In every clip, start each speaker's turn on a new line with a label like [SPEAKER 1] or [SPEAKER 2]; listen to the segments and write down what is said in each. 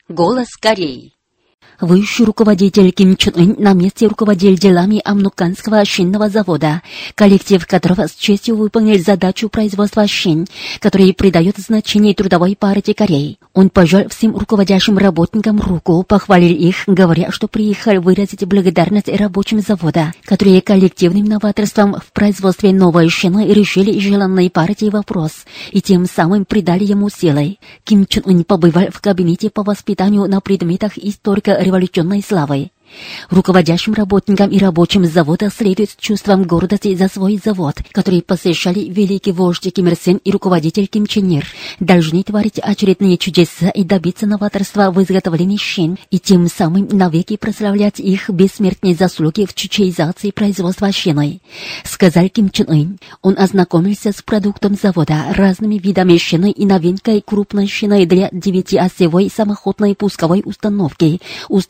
[SPEAKER 1] Голос Кореи.
[SPEAKER 2] Высший руководитель Ким Чен Ын на месте руководитель делами Амнуканского шинного завода, коллектив которого с честью выполнил задачу производства шин, который придает значение Трудовой партии Кореи. Он пожал всем руководящим работникам руку, похвалил их, говоря, что приехал выразить благодарность рабочим завода, которые коллективным новаторством в производстве новой шины решили желанной партии вопрос и тем самым придали ему силы. Ким Чен Ын побывал в кабинете по воспитанию на предметах историко-революционной славы. Руководящим работникам и рабочим завода следует с чувством гордости за свой завод, который посещали великий вождь Ким Ир Сен и руководитель Ким Чен Ир, должны творить очередные чудеса и добиться новаторства в изготовлении шин, и тем самым навеки прославлять их бессмертные заслуги в чучеизации производства шины, сказал Ким Чен Ын. Он ознакомился с продуктом завода, разными видами шины и новинкой крупной шины для 9-осевой самоходной пусковой установки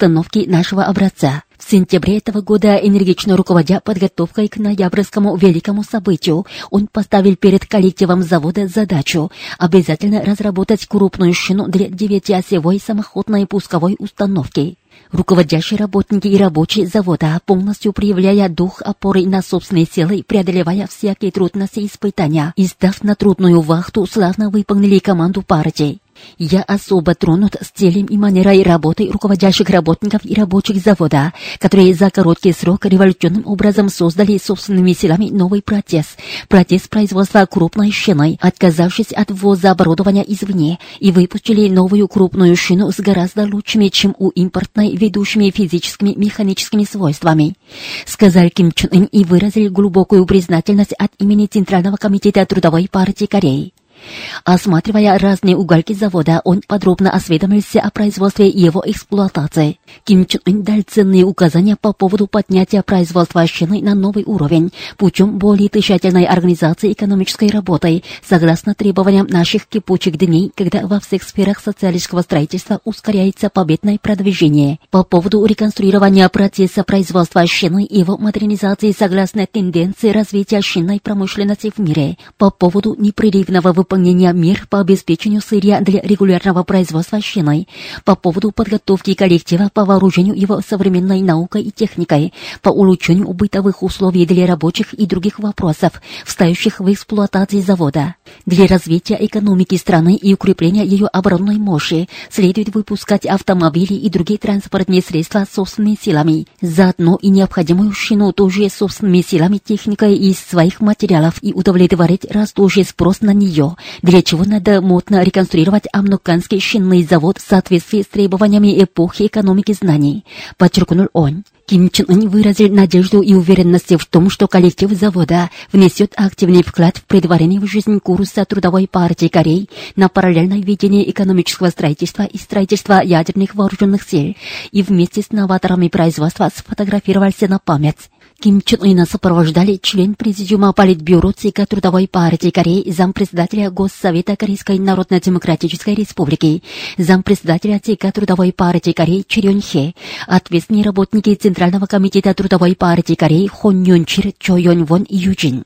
[SPEAKER 2] нашего образца. В сентябре этого года, энергично руководя подготовкой к ноябрьскому великому событию, он поставил перед коллективом завода задачу обязательно разработать крупную шину для 9-осевой самоходной пусковой установки. Руководящие работники и рабочие завода, полностью проявляя дух опоры на собственные силы, преодолевая всякие трудности и испытания, и став на трудную вахту, славно выполнили команду партии. Я особо тронут стилем и манерой работы руководящих работников и рабочих завода, которые за короткий срок революционным образом создали собственными силами новый процесс производства крупной шины, отказавшись от ввоза оборудования извне, и выпустили новую крупную шину с гораздо лучшими, чем у импортной, ведущими физическими механическими свойствами, сказал Ким Чен Ын и выразил глубокую признательность от имени Центрального комитета Трудовой партии Кореи. Осматривая разные угольки завода, он подробно осведомился о производстве и его эксплуатации. Ким Чен Ын дал ценные указания по поводу поднятия производства шины на новый уровень путем более тщательной организации экономической работы, согласно требованиям наших кипучих дней, когда во всех сферах социалистического строительства ускоряется победное продвижение. По поводу реконструирования процесса производства шины и его модернизации согласно тенденции развития шинной промышленности в мире. По поводу непрерывного выполнения мер по обеспечению сырья для регулярного производства шины, по поводу подготовки коллектива по вооружению его современной наукой и техникой, по улучшению бытовых условий для рабочих и других вопросов, встающих в эксплуатации завода. Для развития экономики страны и укрепления ее оборонной мощи следует выпускать автомобили и другие транспортные средства собственными силами, заодно и необходимую шину тоже собственными силами техникой из своих материалов и удовлетворить растущий спрос на нее, для чего надо модно реконструировать Амнуканский шинный завод в соответствии с требованиями эпохи экономики знаний, подчеркнул он. Ким Чен Ын выразил надежду и уверенность в том, что коллектив завода внесет активный вклад в претворение в жизнь курса Трудовой партии Кореи на параллельное ведение экономического строительства и строительства ядерных вооруженных сил, и вместе с новаторами производства сфотографировался на память. Ким Чен Ына сопровождали член президиума Политбюро ЦК Трудовой партии Кореи, зампредседателя Госсовета Корейской Народно-Демократической Республики, зампредседателя ЦК Трудовой партии Кореи Чо Рён Хе, ответственные работники Центрального комитета Трудовой партии Кореи Хон Юн Чир, Чо Йон Вон и Юджин.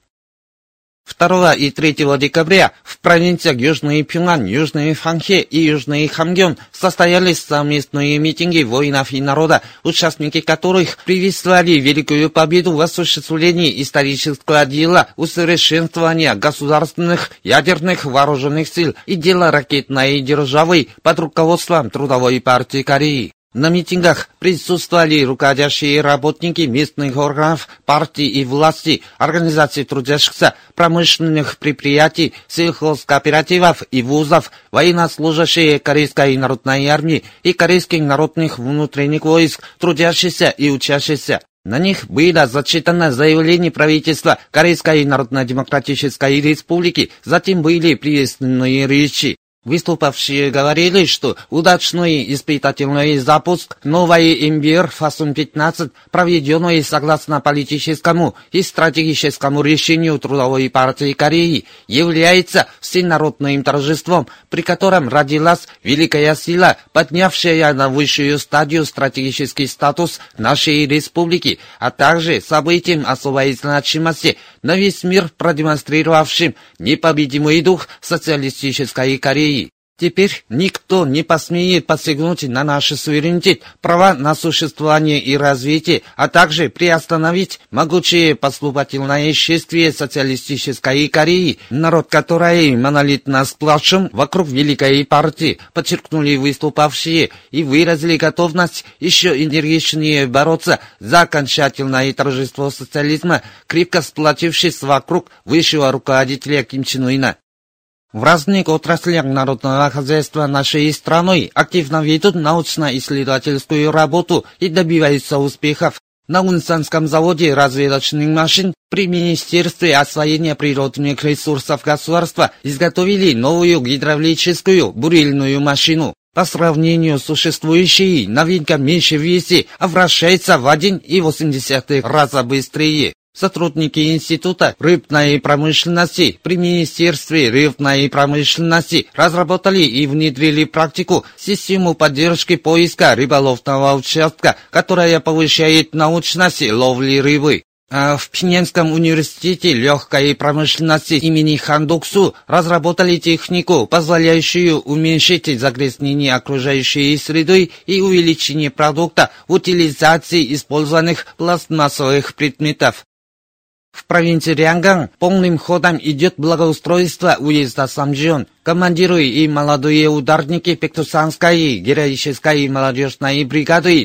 [SPEAKER 3] 2 и 3 декабря в провинциях Южный Пхёнган, Южный Ханхэ и Южный Хамгён состоялись совместные митинги воинов и народа, участники которых приветствовали великую победу в осуществлении исторического дела усовершенствования государственных ядерных вооруженных сил и дела ракетной державы под руководством Трудовой партии Кореи. На митингах присутствовали руководящие работники местных органов, партий и власти, организаций трудящихся, промышленных предприятий, сельхозкооперативов и вузов, военнослужащие Корейской народной армии и Корейских народных внутренних войск, трудящиеся и учащиеся. На них было зачитано заявление правительства Корейской Народно-Демократической Республики, затем были приветственные речи. Выступавшие говорили, что удачный испытательный запуск новой МБР ФАСУН-15, проведенный согласно политическому и стратегическому решению Трудовой партии Кореи, является всенародным торжеством, при котором родилась великая сила, поднявшая на высшую стадию стратегический статус нашей республики, а также событием особой значимости, на весь мир продемонстрировавшим непобедимый дух социалистической Кореи. Теперь никто не посмеет посягнуть на наш суверенитет, права на существование и развитие, а также приостановить могучее поступательное шествие социалистической Кореи, народ которой монолитно сплочен вокруг великой партии, подчеркнули выступавшие и выразили готовность еще энергичнее бороться за окончательное торжество социализма, крепко сплотившись вокруг высшего руководителя Ким Чен Ына. В разных отраслях народного хозяйства нашей страны активно ведут научно-исследовательскую работу и добиваются успехов. На Унсанском заводе разведочных машин при Министерстве освоения природных ресурсов государства изготовили новую гидравлическую бурильную машину. По сравнению с существующей, новинка меньше в весе, а вращается в 1,8 раза быстрее. Сотрудники Института рыбной промышленности при Министерстве рыбной промышленности разработали и внедрили практику систему поддержки поиска рыболовного участка, которая повышает научность ловли рыбы. А в Пхеньянском университете легкой промышленности имени Хан Дук-су разработали технику, позволяющую уменьшить загрязнение окружающей среды и увеличение продукта утилизации использованных пластмассовых предметов. В провинции Рянган полным ходом идет благоустройство уезда Самджион. Командиры и молодые ударники Пектусанской героической молодежной бригады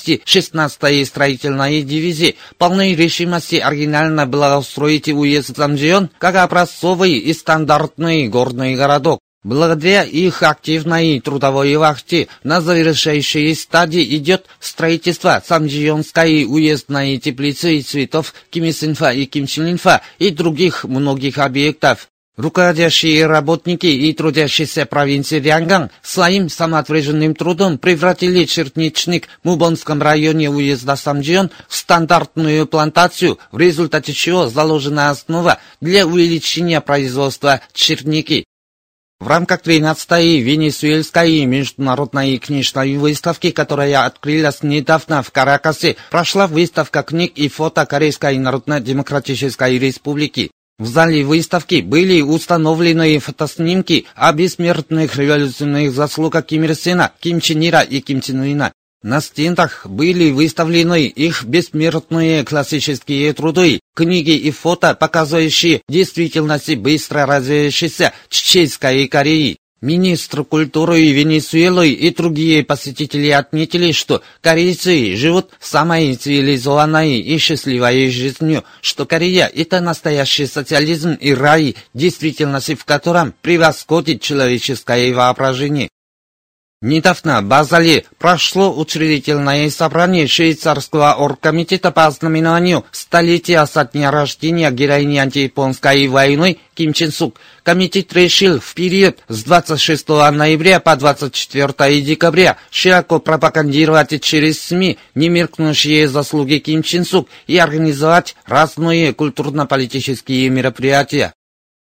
[SPEAKER 3] 216-й строительной дивизии полной решимости оригинально благоустроить уезд Самджион как образцовый и стандартный горный городок. Благодаря их активной трудовой вахте на завершающей стадии идет строительство Самджионской уездной теплицы цветов Кимисинфа и Кимчилинфа и других многих объектов. Руководящие работники и трудящиеся провинции Рянган своим самоотверженным трудом превратили черничник в Мубонском районе уезда Самджион в стандартную плантацию, в результате чего заложена основа для увеличения производства черники. В рамках 13-й Венесуэльской международной книжной выставки, которая открылась недавно в Каракасе, прошла выставка книг и фото Корейской Народно-Демократической Республики. В зале выставки были установлены фотоснимки о бессмертных революционных заслугах Ким Ир Сена, Ким Чен Ира и Ким Чен Ына. На стенах были выставлены их бессмертные классические труды, книги и фото, показывающие действительность быстро развивающейся Чеченской Кореи. Министр культуры Венесуэлы и другие посетители отметили, что корейцы живут самой цивилизованной и счастливой жизнью, что Корея – это настоящий социализм и рай, действительность в котором превосходит человеческое воображение. Недавно в Базеле прошло учредительное собрание швейцарского оргкомитета по ознаменованию столетия со дня рождения героини антияпонской войны Ким Чен Сук. Комитет решил в период с 26 ноября по 24 декабря широко пропагандировать через СМИ немеркнущие заслуги Ким Чен Сук и организовать разные культурно-политические мероприятия.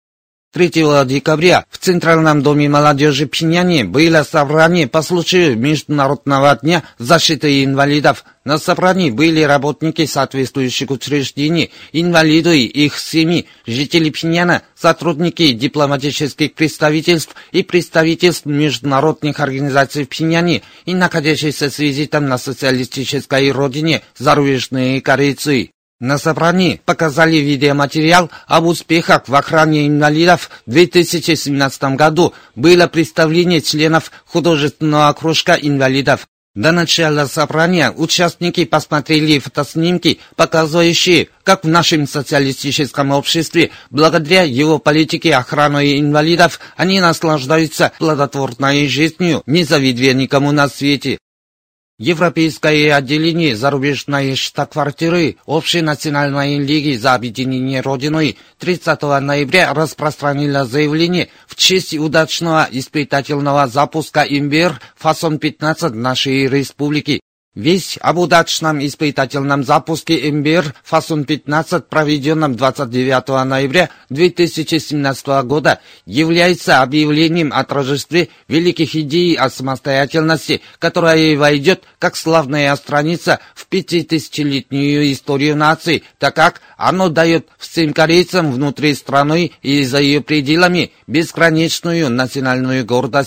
[SPEAKER 3] 3 декабря в Центральном доме молодежи Пхеньяне было собрание по случаю Международного дня защиты инвалидов. На собрании были работники соответствующих учреждений, инвалиды и их семьи, жители Пхеньяна, сотрудники дипломатических представительств и представительств международных организаций в Пхеньяне и находящиеся с визитом на социалистической родине зарубежные корейцы. На собрании показали видеоматериал об успехах в охране инвалидов в 2017 году. Было представление членов художественного кружка инвалидов. До начала собрания участники посмотрели фотоснимки, показывающие, как в нашем социалистическом обществе, благодаря его политике охраны инвалидов, они наслаждаются плодотворной жизнью, не завидуя никому на свете. Европейское отделение зарубежной штаб-квартиры Общенациональной лиги за объединение Родины 30 ноября распространило заявление в честь удачного испытательного запуска МБР «Фасон-15» нашей республики. Весть об удачном испытательном запуске МБР «Фасон-15», проведенном 29 ноября 2017 года, является объявлением о торжестве великих идей о самостоятельности, которая войдет как славная страница в 5000-летнюю историю нации, так как оно дает всем корейцам внутри страны и за ее пределами бесконечную национальную гордость.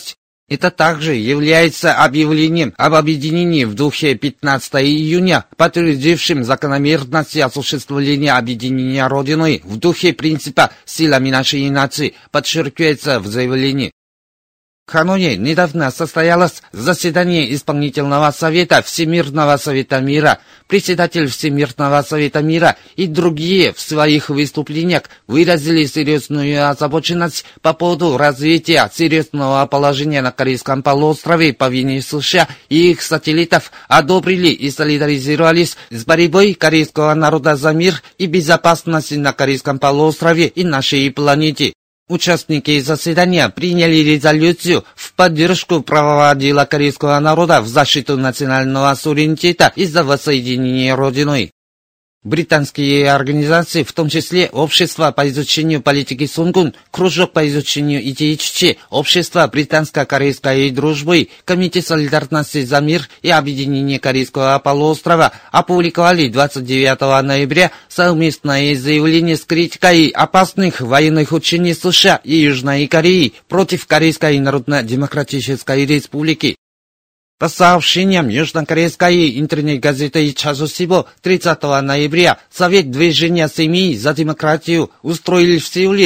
[SPEAKER 3] Это также является объявлением об объединении в духе 15 июня, подтвердившим закономерность осуществления объединения Родиной в духе принципа «силами нашей нации», подчеркивается в заявлении. Накануне недавно состоялось заседание Исполнительного совета Всемирного совета мира. Председатель Всемирного совета мира и другие в своих выступлениях выразили серьезную озабоченность по поводу развития серьезного положения на Корейском полуострове по вине США и их сателлитов, одобрили и солидаризировались с борьбой корейского народа за мир и безопасность на Корейском полуострове и нашей планете. Участники заседания приняли резолюцию в поддержку правового дела корейского народа в защиту национального суверенитета из-за воссоединения Родиной. Британские организации, в том числе Общество по изучению политики Сунгун, Кружок по изучению идей Чучи, Общество британско-корейской дружбы, Комитет солидарности за мир и объединение Корейского полуострова опубликовали 29 ноября совместное заявление с критикой опасных военных учений США и Южной Кореи против Корейской Народно-Демократической Республики. По сообщениям южнокорейской интернет-газеты Часу-Сибо 30 ноября Совет движения семьи за демократию устроил в Сеуле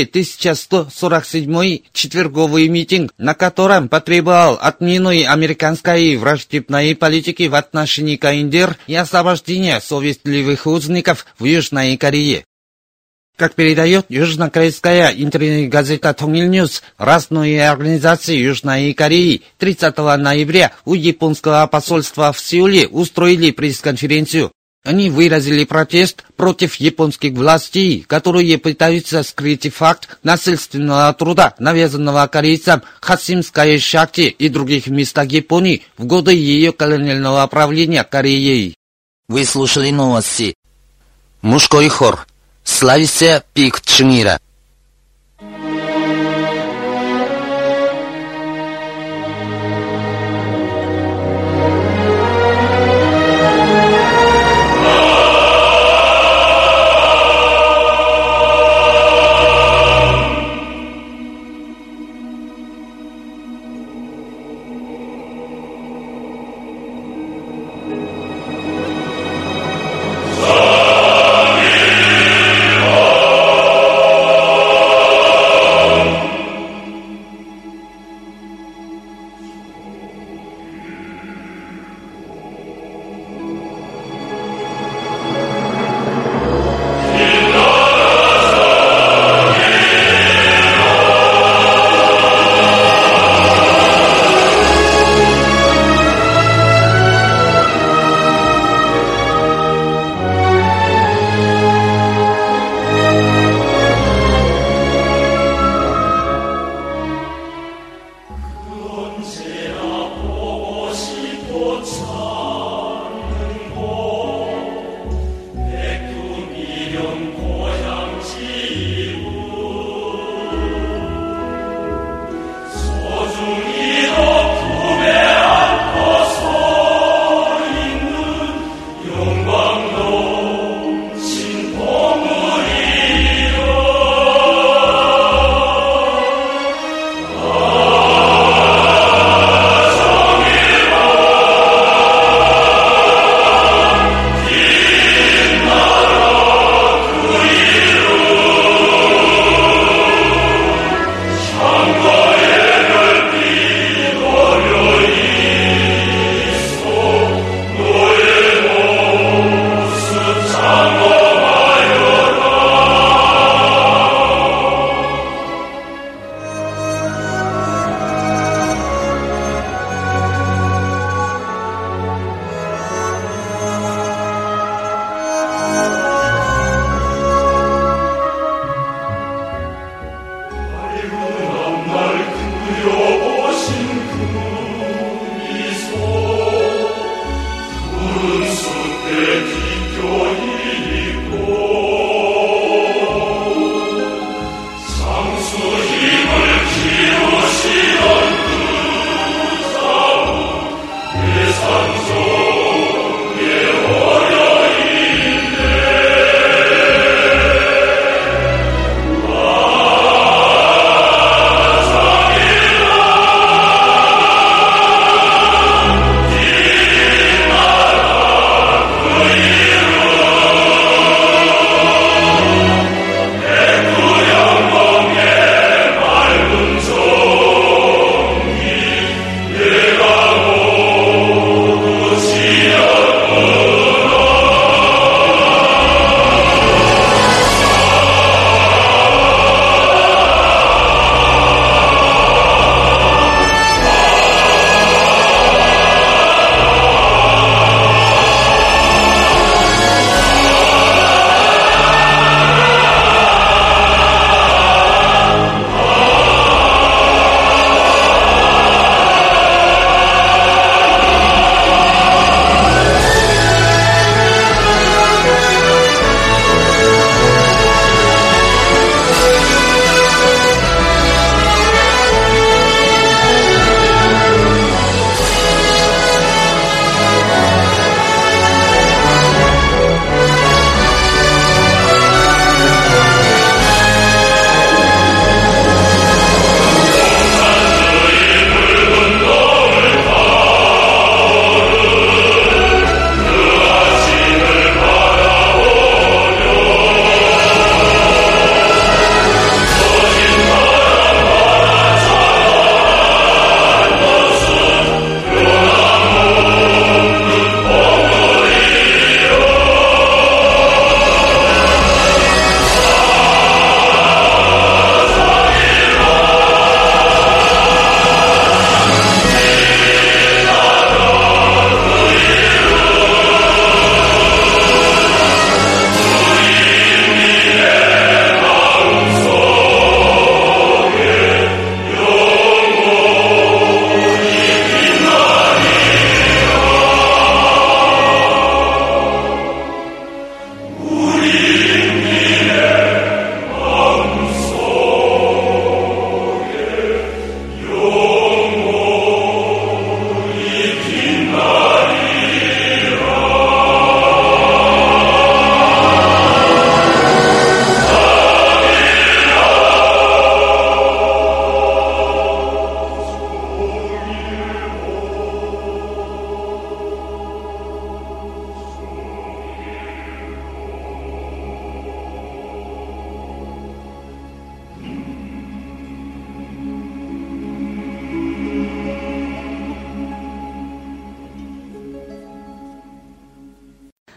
[SPEAKER 3] 1147-й четверговый митинг, на котором потребовал отмены американской враждебной политики в отношении КНДР и освобождения совестливых узников в Южной Корее. Как передает южнокорейская интернет-газета «Тонгильньюс», разные организации Южной Кореи 30 ноября у японского посольства в Сеуле устроили пресс-конференцию. Они выразили протест против японских властей, которые пытаются скрыть факт насильственного труда, навязанного корейцам Хасимской шахте и других местах Японии в годы ее колониального правления Кореей. Вы слушали новости. Мужской хор. Славися пик Чунгира.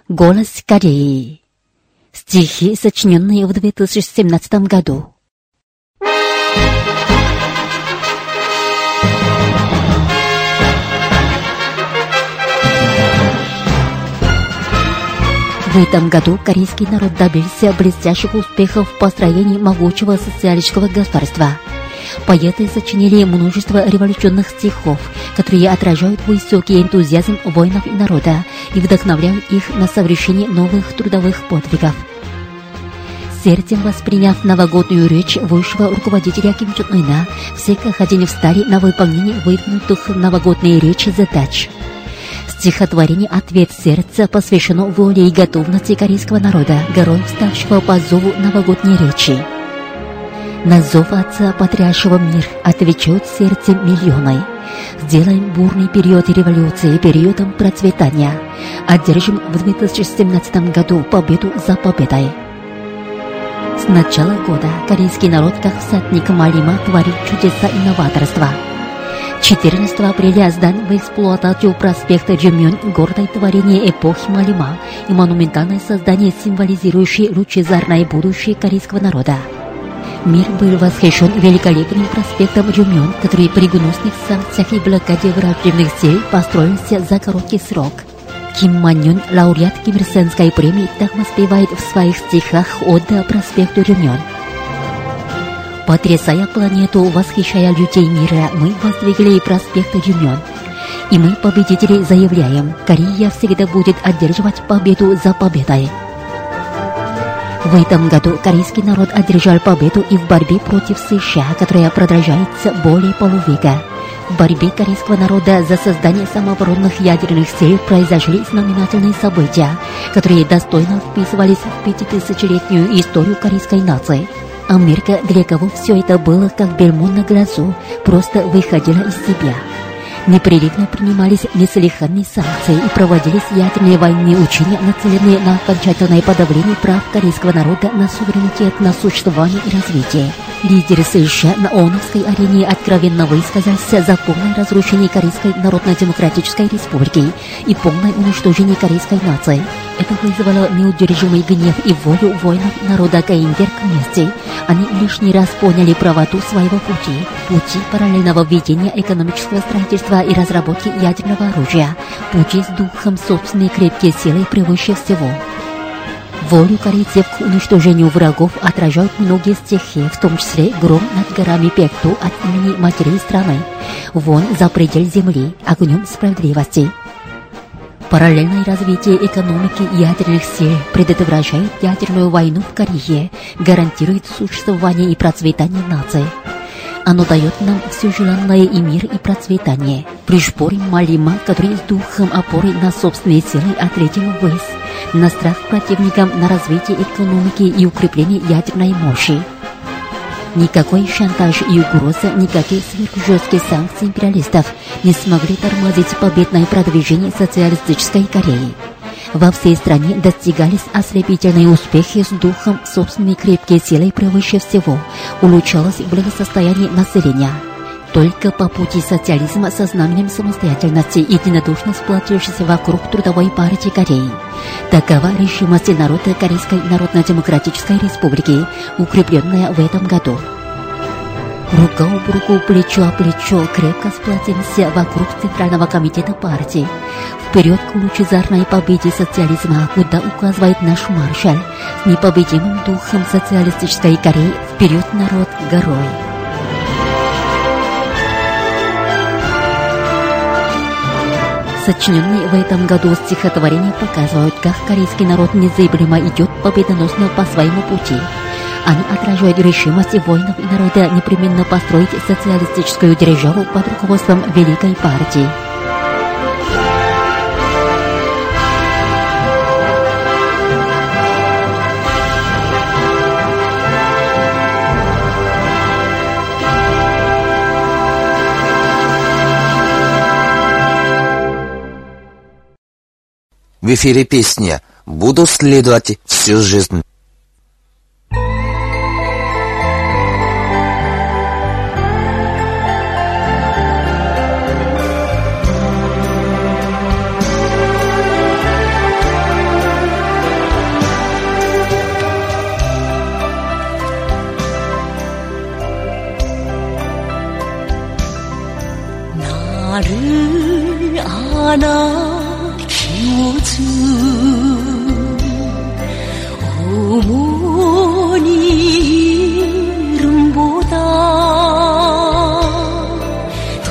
[SPEAKER 2] Голос Кореи. Стихи, сочиненные в 2017 году. В этом году корейский народ добился блестящих успехов в построении могучего социалистического государства. Поэты сочинили множество революционных стихов, которые отражают высокий энтузиазм воинов и народа и вдохновляют их на совершение новых трудовых подвигов. Сердцем восприняв новогоднюю речь высшего руководителя Ким Чен Ына, все как один встали на выполнение выдвинутых в новогодней речи задач. Стихотворение «Ответ сердца» посвящено воле и готовности корейского народа, героем вставшего по зову новогодней речи. На зов Отца, потрясшего мир, отвечают сердцем миллионы. Сделаем бурный период революции периодом процветания. Одержим в 2017 году победу за победой. С начала года корейский народ, как всадник Малима, творит чудеса и новаторства. 14 апреля сдан в эксплуатацию проспект Джемён, гордое творение эпохи Малима и монументальное создание, символизирующее лучезарное будущее корейского народа. Мир был восхищен великолепным проспектом Джемён, который при гнусных санкциях и блокаде враждебных сил построился за короткий срок. Ким Ман Юн, лауреат Ким Ир Сенской премии, так воспевает в своих стихах ода проспекту Джемён. Потрясая планету, восхищая людей мира, мы воздвигли проспект Джемён. И мы, победители, заявляем, Корея всегда будет одерживать победу за победой. В этом году корейский народ одержал победу и в борьбе против США, которая продолжается более полувека. В борьбе корейского народа за создание самооборонных ядерных сил произошли знаменательные события, которые достойно вписывались в 5000-летнюю историю корейской нации. Америка, для кого все это было как бельмо на глазу, просто выходила из себя. Непрерывно принимались неслыханные санкции и проводились ядерные военные учения, нацеленные на окончательное подавление прав корейского народа на суверенитет, на существование и развитие. Лидер США на ООНовской арене откровенно высказался за полное разрушение Корейской Народно-Демократической Республики и полное уничтожение корейской нации. Это вызвало неудержимый гнев и волю воинов народа КНДР вместе. Они лишний раз поняли правоту своего пути параллельного введения экономического строительства и разработки ядерного оружия, пути с духом собственной крепкие силы превыше всего. Волю корейцев к уничтожению врагов отражают многие стихи, в том числе «Гром над горами Пекту» от имени матери страны, «Вон за предель земли» огнем справедливости. Параллельное развитие экономики ядерных сил предотвращает ядерную войну в Корее, гарантирует существование и процветание нации. Оно дает нам все желанное и мир, и процветание. Пришпорим Малима, который с духом опоры на собственные силы отлетел ввысь, на страх противникам, на развитие экономики и укрепление ядерной мощи. Никакой шантаж и угроза, никакие сверхжесткие санкции империалистов не смогли тормозить победное продвижение социалистической Кореи. Во всей стране достигались ослепительные успехи с духом собственной крепкие силы превыше всего, улучшалось благосостояние населения. Только по пути социализма со знаменем самостоятельности, единодушно сплотившись вокруг Трудовой партии Кореи. Такова решимость народа Корейской Народно-Демократической Республики, укрепленная в этом году. Рука об руку, плечо о плечо, крепко сплотимся вокруг Центрального комитета партии. Вперед к лучезарной победе социализма, куда указывает наш маршал, с непобедимым духом социалистической Кореи, вперед, народ, горой! Сочиненные в этом году стихотворения показывают, как корейский народ незыблемо идет победоносно по своему пути. Они отражают решимость воинов и народа непременно построить социалистическую державу под руководством Великой партии.
[SPEAKER 1] В эфире песня «Буду следовать всю жизнь».
[SPEAKER 4] 하나 키워준 어머니 이름보다 더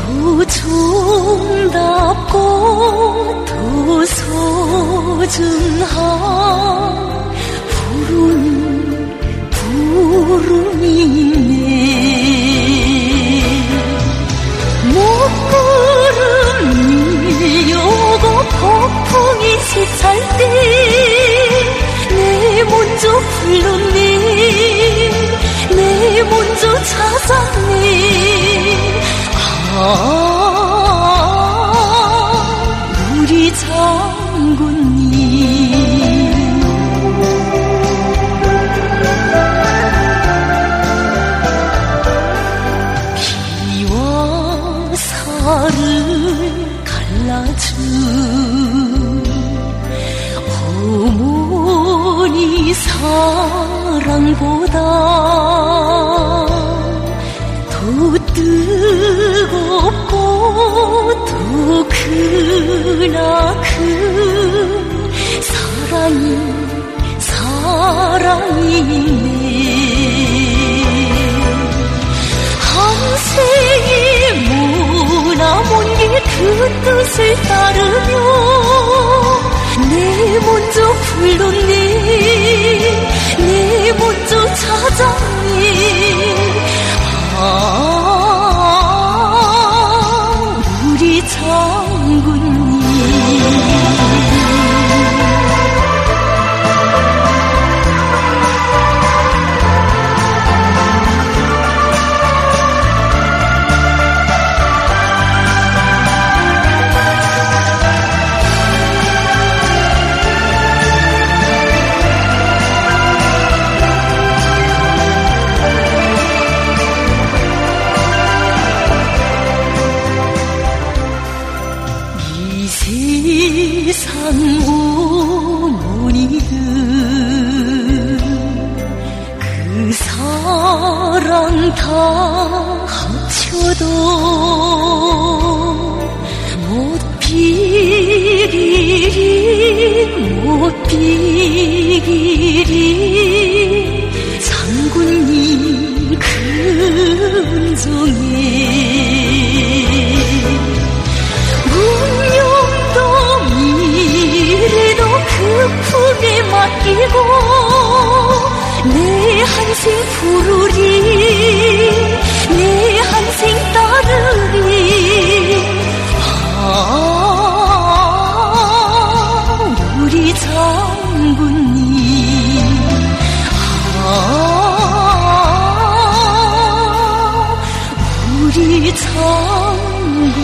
[SPEAKER 4] 정답고 더 소중한 부름이네. 먹구름 밀려오고 폭풍이 세살 때 내 먼저 불렀네. 내 먼저 찾았네. 우리 장군님. 비와 살을 갈라준 어머니 사랑보다 더 뜨겁고 더 크나큰 사랑이네. 한생이 머나먼 길 그 뜻을 따르며 내 먼저 불렀네. 내 먼저 찾았네. 우리 장군님. 세상 어머니들 그 사랑 다 합쳐도 못 비기리 장군님 근정에 미래도 그 품에 맡기고 내 한생 부르리. 내 한생 따르리. 우리 장군님. 우리 장군님.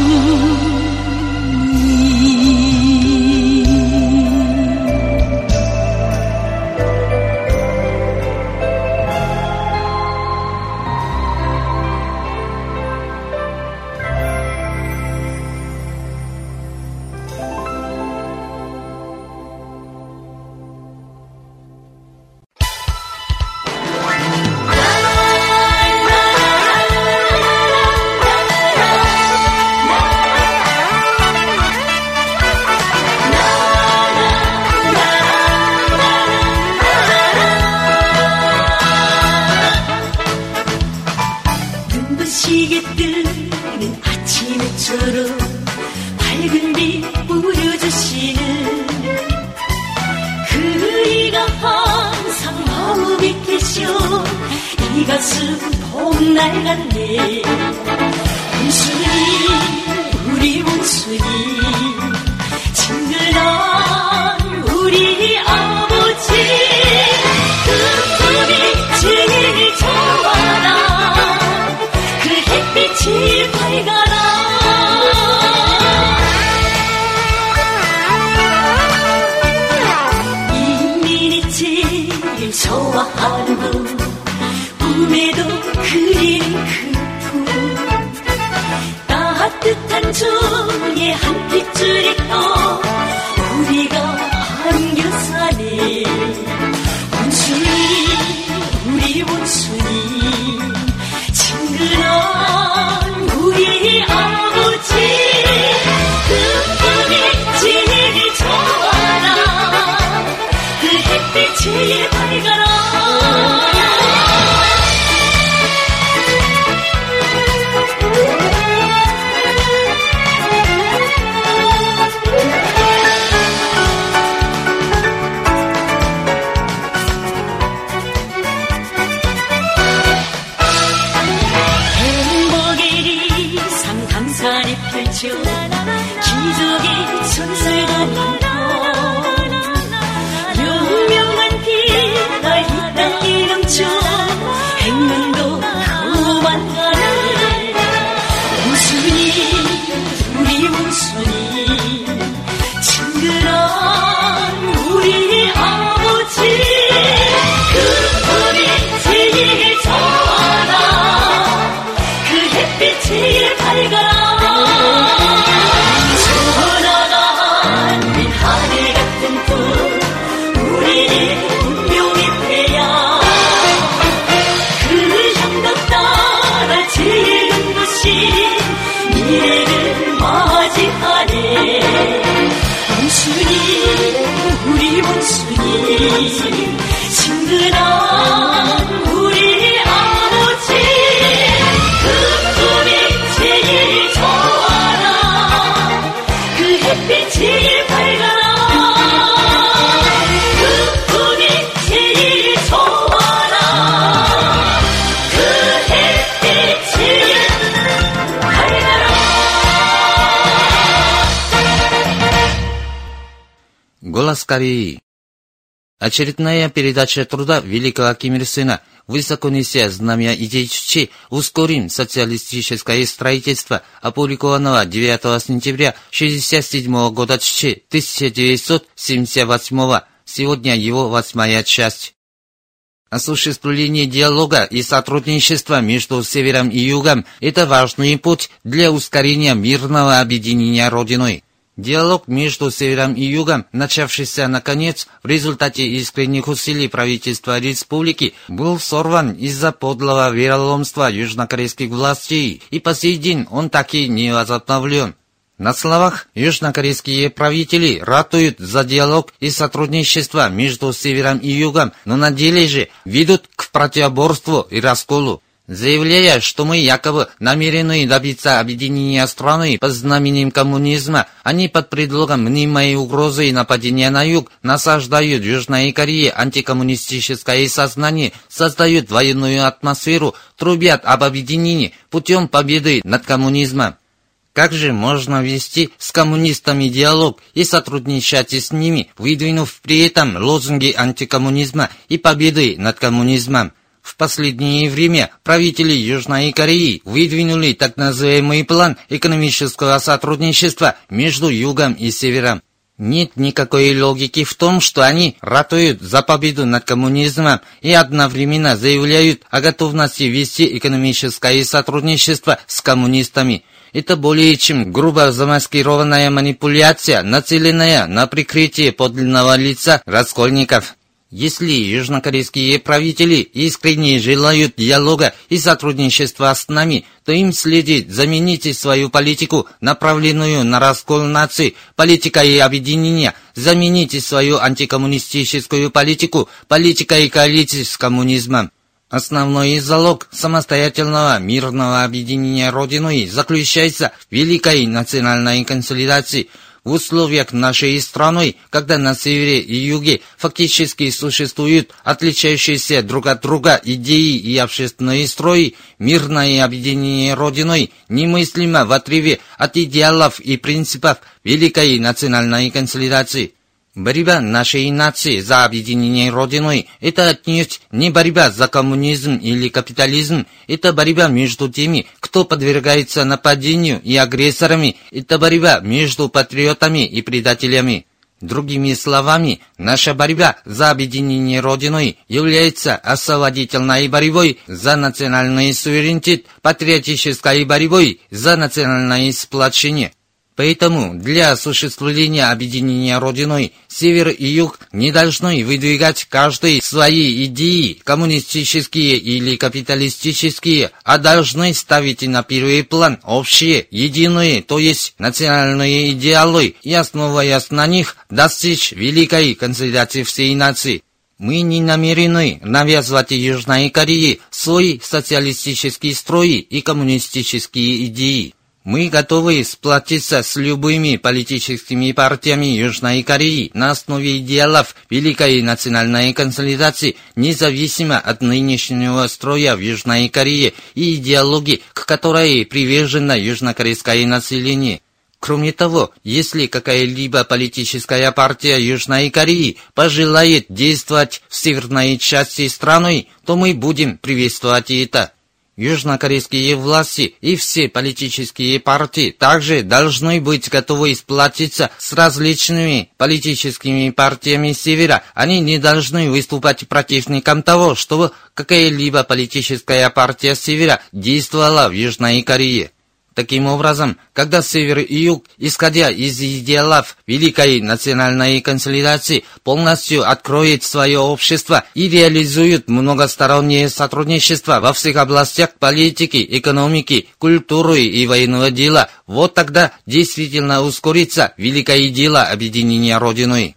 [SPEAKER 5] 눈부시게 뜨는 아침 해처럼 밝은 빛 뿌려주시는 그이가 항상 마음이 계셔 이 가슴 봄날 같네. 문순이 우리 문순이 친근한 우리 아버지 그 꿈이 제일 좋아라. 그 햇빛이 밝아라. 인민이 제일 좋아하는 분 꿈에도 그리는 그 품 따뜻한 종에 한 피 예수님 친근한 우리 아버지 그 꿈이 제일 좋아라 그 햇빛 제일 밝아라 그 꿈이 제일 좋아라 그 햇빛 제일 밝아라.
[SPEAKER 3] Голос Кореи. Очередная передача труда великого Ким Ир Сена, высоко неся знамя идей Чучи, ускорим социалистическое строительство, опубликованного 9 сентября 1967 года Чучи 1978. Сегодня его 8-я часть. Осуществление диалога и сотрудничества между Севером и Югом – это важный путь для ускорения мирного объединения Родиной. Диалог между Севером и Югом, начавшийся, наконец, в результате искренних усилий правительства республики, был сорван из-за подлого вероломства южнокорейских властей, и по сей день он так и не возобновлен. На словах южнокорейские правители ратуют за диалог и сотрудничество между Севером и Югом, но на деле же ведут к противоборству и расколу. Заявляя, что мы якобы намерены добиться объединения страны под знаменем коммунизма, они под предлогом мнимой угрозы и нападения на юг насаждают Южной Корее антикоммунистическое сознание, создают военную атмосферу, трубят об объединении путем победы над коммунизмом. Как же можно вести с коммунистами диалог и сотрудничать с ними, выдвинув при этом лозунги антикоммунизма и победы над коммунизмом? В последнее время правители Южной Кореи выдвинули так называемый план экономического сотрудничества между Югом и Севером. Нет никакой логики в том, что они ратуют за победу над коммунизмом и одновременно заявляют о готовности вести экономическое сотрудничество с коммунистами. Это более чем грубо замаскированная манипуляция, нацеленная на прикрытие подлинного лица раскольников. Если южнокорейские правители искренне желают диалога и сотрудничества с нами, то им следует заменить свою политику, направленную на раскол нации, политикой объединения, заменить свою антикоммунистическую политику политикой коалиции с коммунизмом. Основной залог самостоятельного мирного объединения Родиной заключается в великой национальной консолидации. В условиях нашей страны, когда на севере и юге фактически существуют отличающиеся друг от друга идеи и общественные строи, мирное объединение Родиной немыслимо в отрыве от идеалов и принципов великой национальной консолидации. Борьба нашей нации за объединение Родиной – это отнюдь не борьба за коммунизм или капитализм, это борьба между теми, кто подвергается нападению и агрессорами, это борьба между патриотами и предателями. Другими словами, наша борьба за объединение Родиной является освободительной борьбой за национальный суверенитет, патриотической борьбой за национальное сплочение. Поэтому для осуществления объединения Родиной Север и Юг не должны выдвигать каждый свои идеи, коммунистические или капиталистические, а должны ставить на первый план общие, единые, то есть национальные идеалы, и основываясь на них, достичь великой консолидации всей нации. Мы не намерены навязывать Южной Корее свои социалистические строи и коммунистические идеи. Мы готовы сплотиться с любыми политическими партиями Южной Кореи на основе идеалов великой национальной консолидации, независимо от нынешнего строя в Южной Корее и идеологии, к которой привержено южнокорейское население. Кроме того, если какая-либо политическая партия Южной Кореи пожелает действовать в северной части страны, то мы будем приветствовать это. Южнокорейские власти и все политические партии также должны быть готовы сплотиться с различными политическими партиями Севера. Они не должны выступать противником того, чтобы какая-либо политическая партия Севера действовала в Южной Корее. Таким образом, когда Север и Юг, исходя из идеалов великой национальной консолидации, полностью откроют свое общество и реализуют многостороннее сотрудничество во всех областях политики, экономики, культуры и военного дела, вот тогда действительно ускорится великое дело объединения Родиной.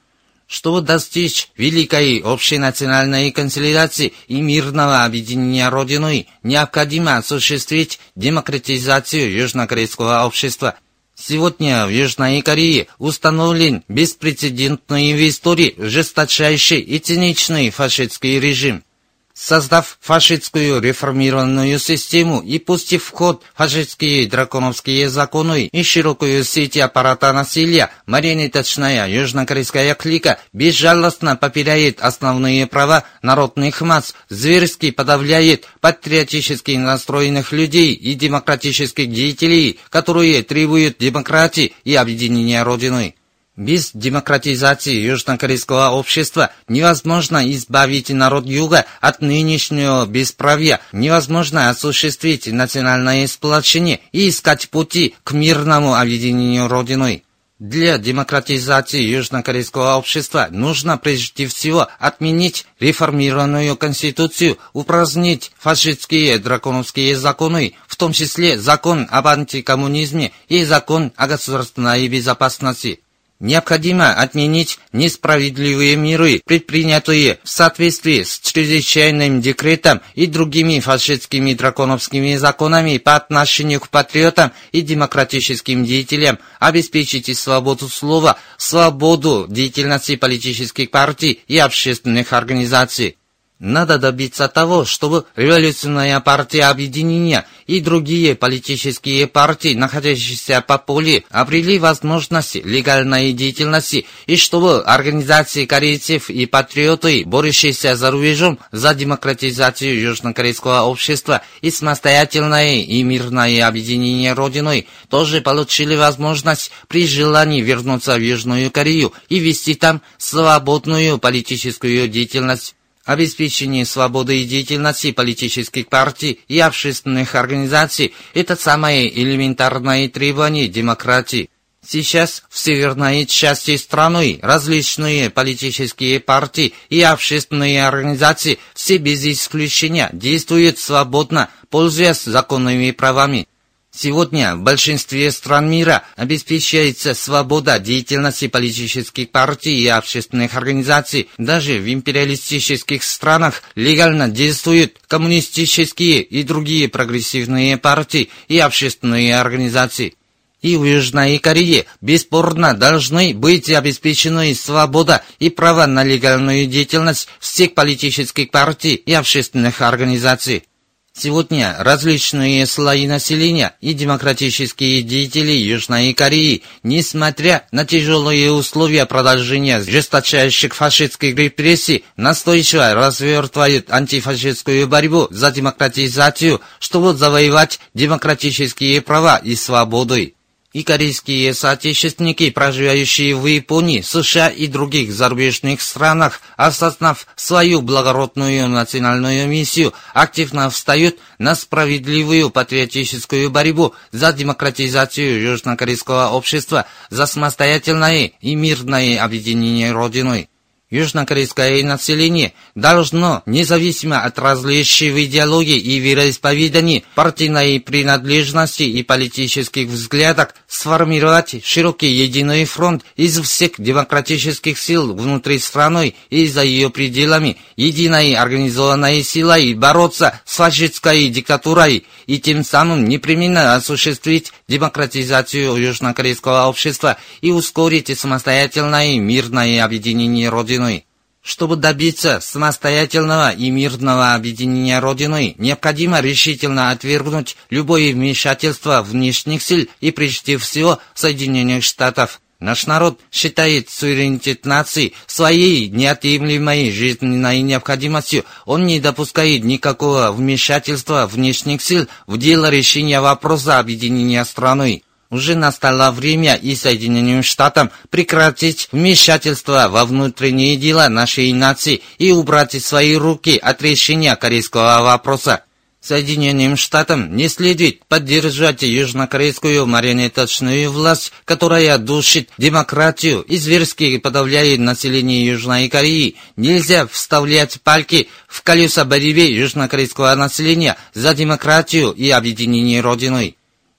[SPEAKER 3] Чтобы достичь великой общенациональной консолидации и мирного объединения Родиной, необходимо осуществить демократизацию южнокорейского общества. Сегодня в Южной Корее установлен беспрецедентный в истории жесточайший и циничный фашистский режим. Создав фашистскую реформированную систему и пустив в ход фашистские драконовские законы и широкую сеть аппарата насилия, марионеточная южнокорейская клика безжалостно попирает основные права народных масс, зверски подавляет патриотически настроенных людей и демократических деятелей, которые требуют демократии и объединения Родиной. Без демократизации южнокорейского общества невозможно избавить народ Юга от нынешнего бесправия, невозможно осуществить национальное сплочение и искать пути к мирному объединению Родиной. Для демократизации южнокорейского общества нужно прежде всего отменить реформированную конституцию, упразднить фашистские драконовские законы, в том числе закон об антикоммунизме и закон о государственной безопасности. Необходимо отменить несправедливые меры, предпринятые в соответствии с чрезвычайным декретом и другими фашистскими драконовскими законами по отношению к патриотам и демократическим деятелям, обеспечить свободу слова, свободу деятельности политических партий и общественных организаций. Надо добиться того, чтобы революционная партия объединения и другие политические партии, находящиеся по полю, обрели возможности легальной деятельности, и чтобы организации корейцев и патриоты, борющиеся за рубежом за демократизацию южнокорейского общества и самостоятельное и мирное объединение Родиной, тоже получили возможность при желании вернуться в Южную Корею и вести там свободную политическую деятельность. Обеспечение свободы деятельности политических партий и общественных организаций – это самое элементарное требование демократии. Сейчас в северной части страны различные политические партии и общественные организации все без исключения действуют свободно, пользуясь законными правами. Сегодня в большинстве стран мира обеспечивается свобода деятельности политических партий и общественных организаций. Даже в империалистических странах легально действуют коммунистические и другие прогрессивные партии и общественные организации. И в Южной Корее бесспорно должны быть обеспечены свобода и право на легальную деятельность всех политических партий и общественных организаций. Сегодня различные слои населения и демократические деятели Южной Кореи, несмотря на тяжелые условия продолжения жесточайших фашистских репрессий, настойчиво развертывают антифашистскую борьбу за демократизацию, чтобы завоевать демократические права и свободы. И корейские соотечественники, проживающие в Японии, США и других зарубежных странах, осознав свою благородную национальную миссию, активно встают на справедливую патриотическую борьбу за демократизацию южнокорейского общества, за самостоятельное и мирное объединение Родиной. Южнокорейское население должно, независимо от различий в идеологии и вероисповедании, партийной принадлежности и политических взглядах, сформировать широкий единый фронт из всех демократических сил внутри страны и за ее пределами, единой организованной силой бороться с фашистской диктатурой и тем самым непременно осуществить демократизацию южнокорейского общества и ускорить самостоятельное мирное объединение Родины. Чтобы добиться самостоятельного и мирного объединения Родиной, необходимо решительно отвергнуть любое вмешательство внешних сил и прежде всего Соединенных Штатов. Наш народ считает суверенитет нации своей неотъемлемой жизненной необходимостью. Он не допускает никакого вмешательства внешних сил в дело решения вопроса объединения страны. Уже настало время и Соединенным Штатам прекратить вмешательство во внутренние дела нашей нации и убрать свои руки от решения корейского вопроса. Соединенным Штатам не следует поддержать южнокорейскую марионеточную власть, которая душит демократию и зверски подавляет население Южной Кореи. Нельзя вставлять палки в колеса борьбы южнокорейского населения за демократию и объединение Родиной.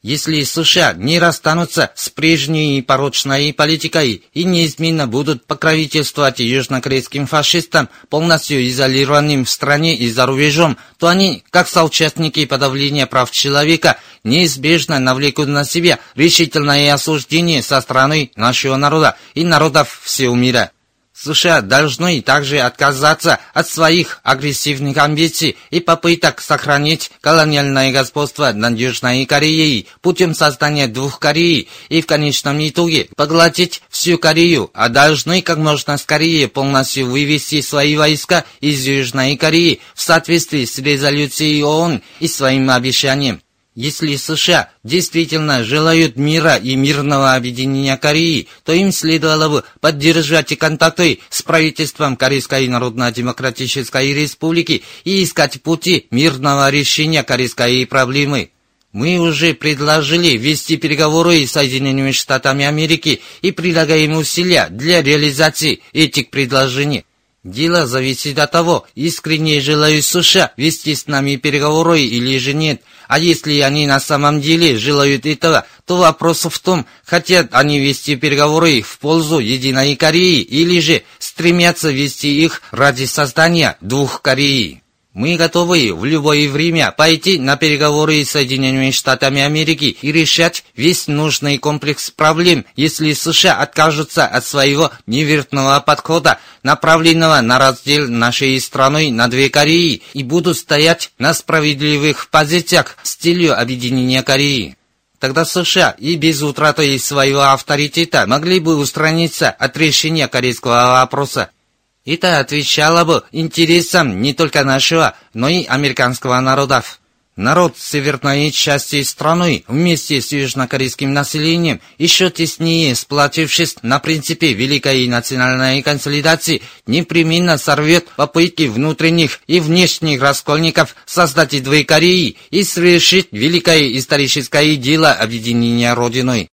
[SPEAKER 3] Если США не расстанутся с прежней порочной политикой и неизменно будут покровительствовать южнокорейским фашистам, полностью изолированным в стране и за рубежом, то они, как соучастники подавления прав человека, неизбежно навлекут на себя решительное осуждение со стороны нашего народа и народов всего мира. США должны также отказаться от своих агрессивных амбиций и попыток сохранить колониальное господство над Южной Кореей путем создания двух Корей и в конечном итоге поглотить всю Корею, а должны как можно скорее полностью вывести свои войска из Южной Кореи в соответствии с резолюцией ООН и своим обещанием. Если США действительно желают мира и мирного объединения Кореи, то им следовало бы поддержать контакты с правительством Корейской Народно-Демократической Республики и искать пути мирного решения корейской проблемы. Мы уже предложили вести переговоры с Соединенными Штатами Америки и прилагаем усилия для реализации этих предложений. Дело зависит от того, искренне желают США вести с нами переговоры или же нет. А если они на самом деле желают этого, то вопрос в том, хотят они вести переговоры в пользу единой Кореи или же стремятся вести их ради создания двух Корей. Мы готовы в любое время пойти на переговоры с Соединенными Штатами Америки и решать весь нужный комплекс проблем, если США откажутся от своего неверного подхода, направленного на раздел нашей страны на две Кореи, и будут стоять на справедливых позициях с целью объединения Кореи. Тогда США и без утраты своего авторитета могли бы устраниться от решения корейского вопроса. Это отвечало бы интересам не только нашего, но и американского народов. Народ северной части страны вместе с южнокорейским населением, еще теснее сплотившись на принципе великой национальной консолидации, непременно сорвет попытки внутренних и внешних раскольников создать две Кореи и совершить великое историческое дело объединения Родиной.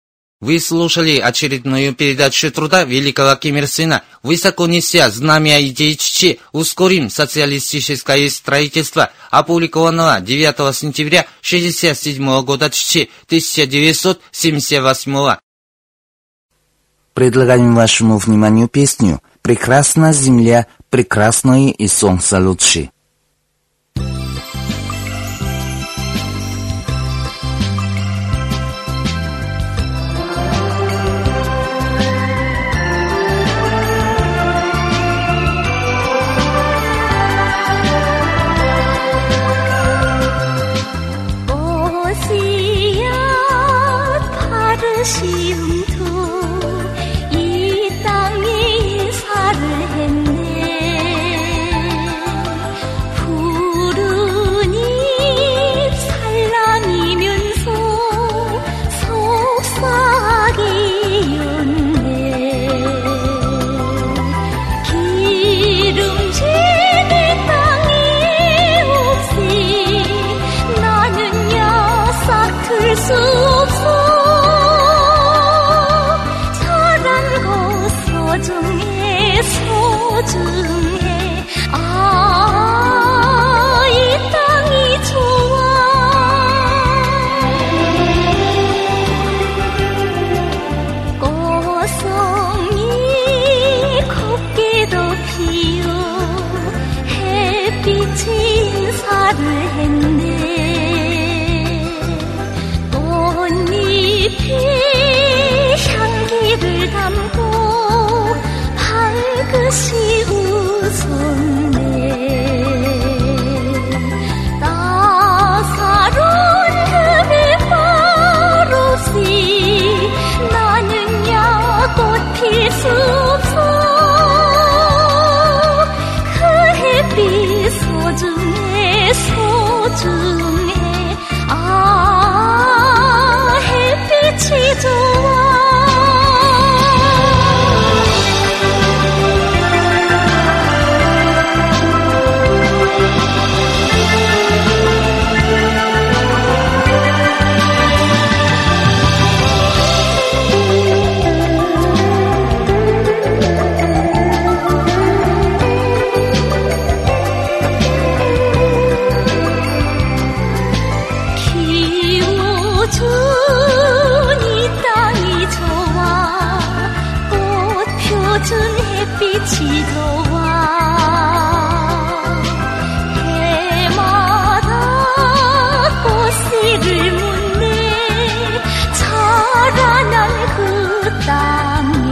[SPEAKER 3] Вы слушали очередную передачу труда великого Ким Ир Сена. Высоко неся знамя идеи Чичи, ускорим социалистическое строительство, опубликованного 9 сентября 1967 года Чичи 1978.
[SPEAKER 1] Предлагаем вашему вниманию песню «Прекрасна земля, прекрасное и солнце лучше».
[SPEAKER 4] 이 땅에 인사를 했네. 푸른 잎 산란이면서 속삭이었네. 기름진 땅에 없이 나는야 싹틀 수 없어. 소중해 아, 이 땅이 좋아. 꽃송이 곱게도 피어 햇빛이 인사를 했네. 꽃잎이 향기를 담고 밝으시 비춰준 햇빛이 좋아 해마다 꽃씨를 묻네 자라난 그 땅에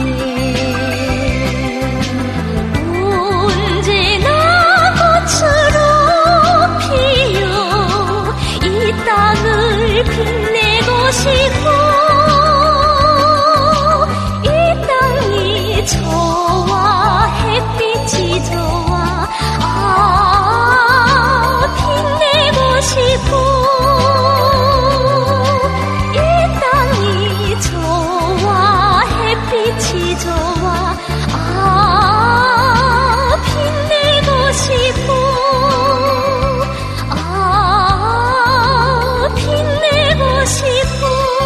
[SPEAKER 4] 언제나 꽃으로 피어 이 땅을 빛내고 싶어 이 땅이 좋아 햇빛이 좋아 빛내고 싶어 이 땅이 좋아 햇빛이 좋아 빛내고 싶어 빛내고 싶어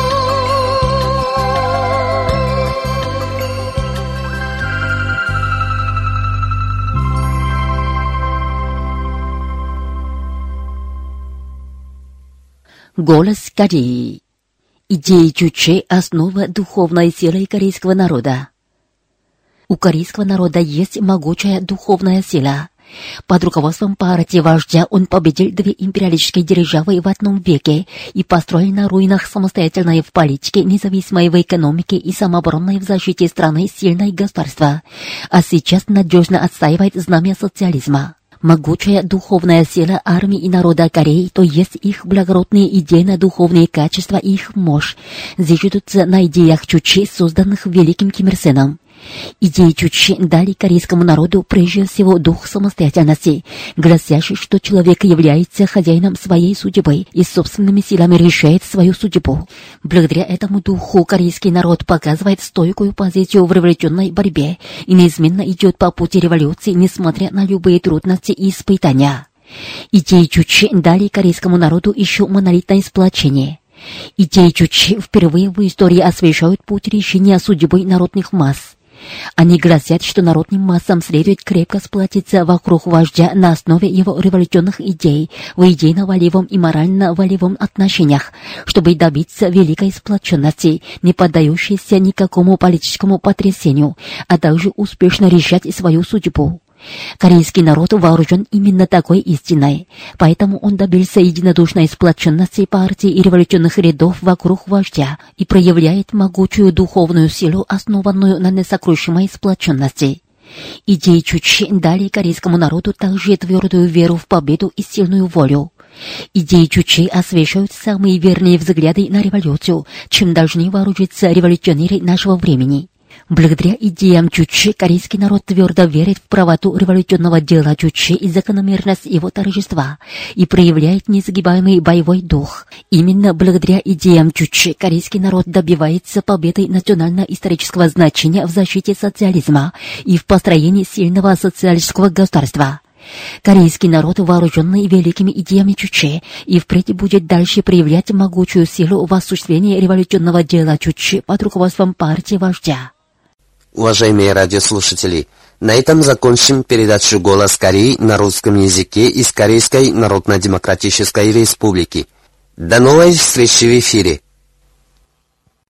[SPEAKER 2] Голос Кореи. Идеи Чучхе – основа духовной силы корейского народа. У корейского народа есть могучая духовная сила. Под руководством партии вождя он победил две империалистические державы в одном веке и построил на руинах самостоятельной в политике, независимой в экономике и самооборонной в защите страны сильное государство, а сейчас надежно отстаивает знамя социализма. Могучая духовная сила армии и народа Кореи, то есть их благородные идейно-духовные качества и их мощь, зиждутся на идеях Чучхе, созданных великим Ким Ир Сеном. Идеи Чучхе дали корейскому народу прежде всего дух самостоятельности, гласящий, что человек является хозяином своей судьбы и собственными силами решает свою судьбу. Благодаря этому духу корейский народ показывает стойкую позицию в революционной борьбе и неизменно идет по пути революции, несмотря на любые трудности и испытания. Идеи Чучхе дали корейскому народу еще монолитное сплочение. Идеи Чучхе впервые в истории освещают путь решения судьбы народных масс. Они гласят, что народным массам следует крепко сплотиться вокруг вождя на основе его революционных идей в идейно-волевом и морально-волевом отношениях, чтобы добиться великой сплоченности, не поддающейся никакому политическому потрясению, а также успешно решать свою судьбу. Корейский народ вооружен именно такой истиной, поэтому он добился единодушной сплоченности партии и революционных рядов вокруг вождя и проявляет могучую духовную силу, основанную на несокрушимой сплоченности. Идеи Чучхе дали корейскому народу также твердую веру в победу и сильную волю. Идеи Чучхе освещают самые верные взгляды на революцию, чем должны вооружиться революционеры нашего времени. Благодаря идеям Чучхе корейский народ твердо верит в правоту революционного дела Чучхе и закономерность его торжества и проявляет несгибаемый боевой дух. Именно благодаря идеям Чучхе корейский народ добивается победы национально-исторического значения в защите социализма и в построении сильного социалистического государства. Корейский народ, вооруженный великими идеями Чучхе, и впредь будет дальше проявлять могучую силу в осуществлении революционного дела Чучхе под руководством партии вождя.
[SPEAKER 6] Уважаемые радиослушатели, на этом закончим передачу «Голос Кореи» на русском языке из Корейской Народно-Демократической Республики. До новой встречи в эфире!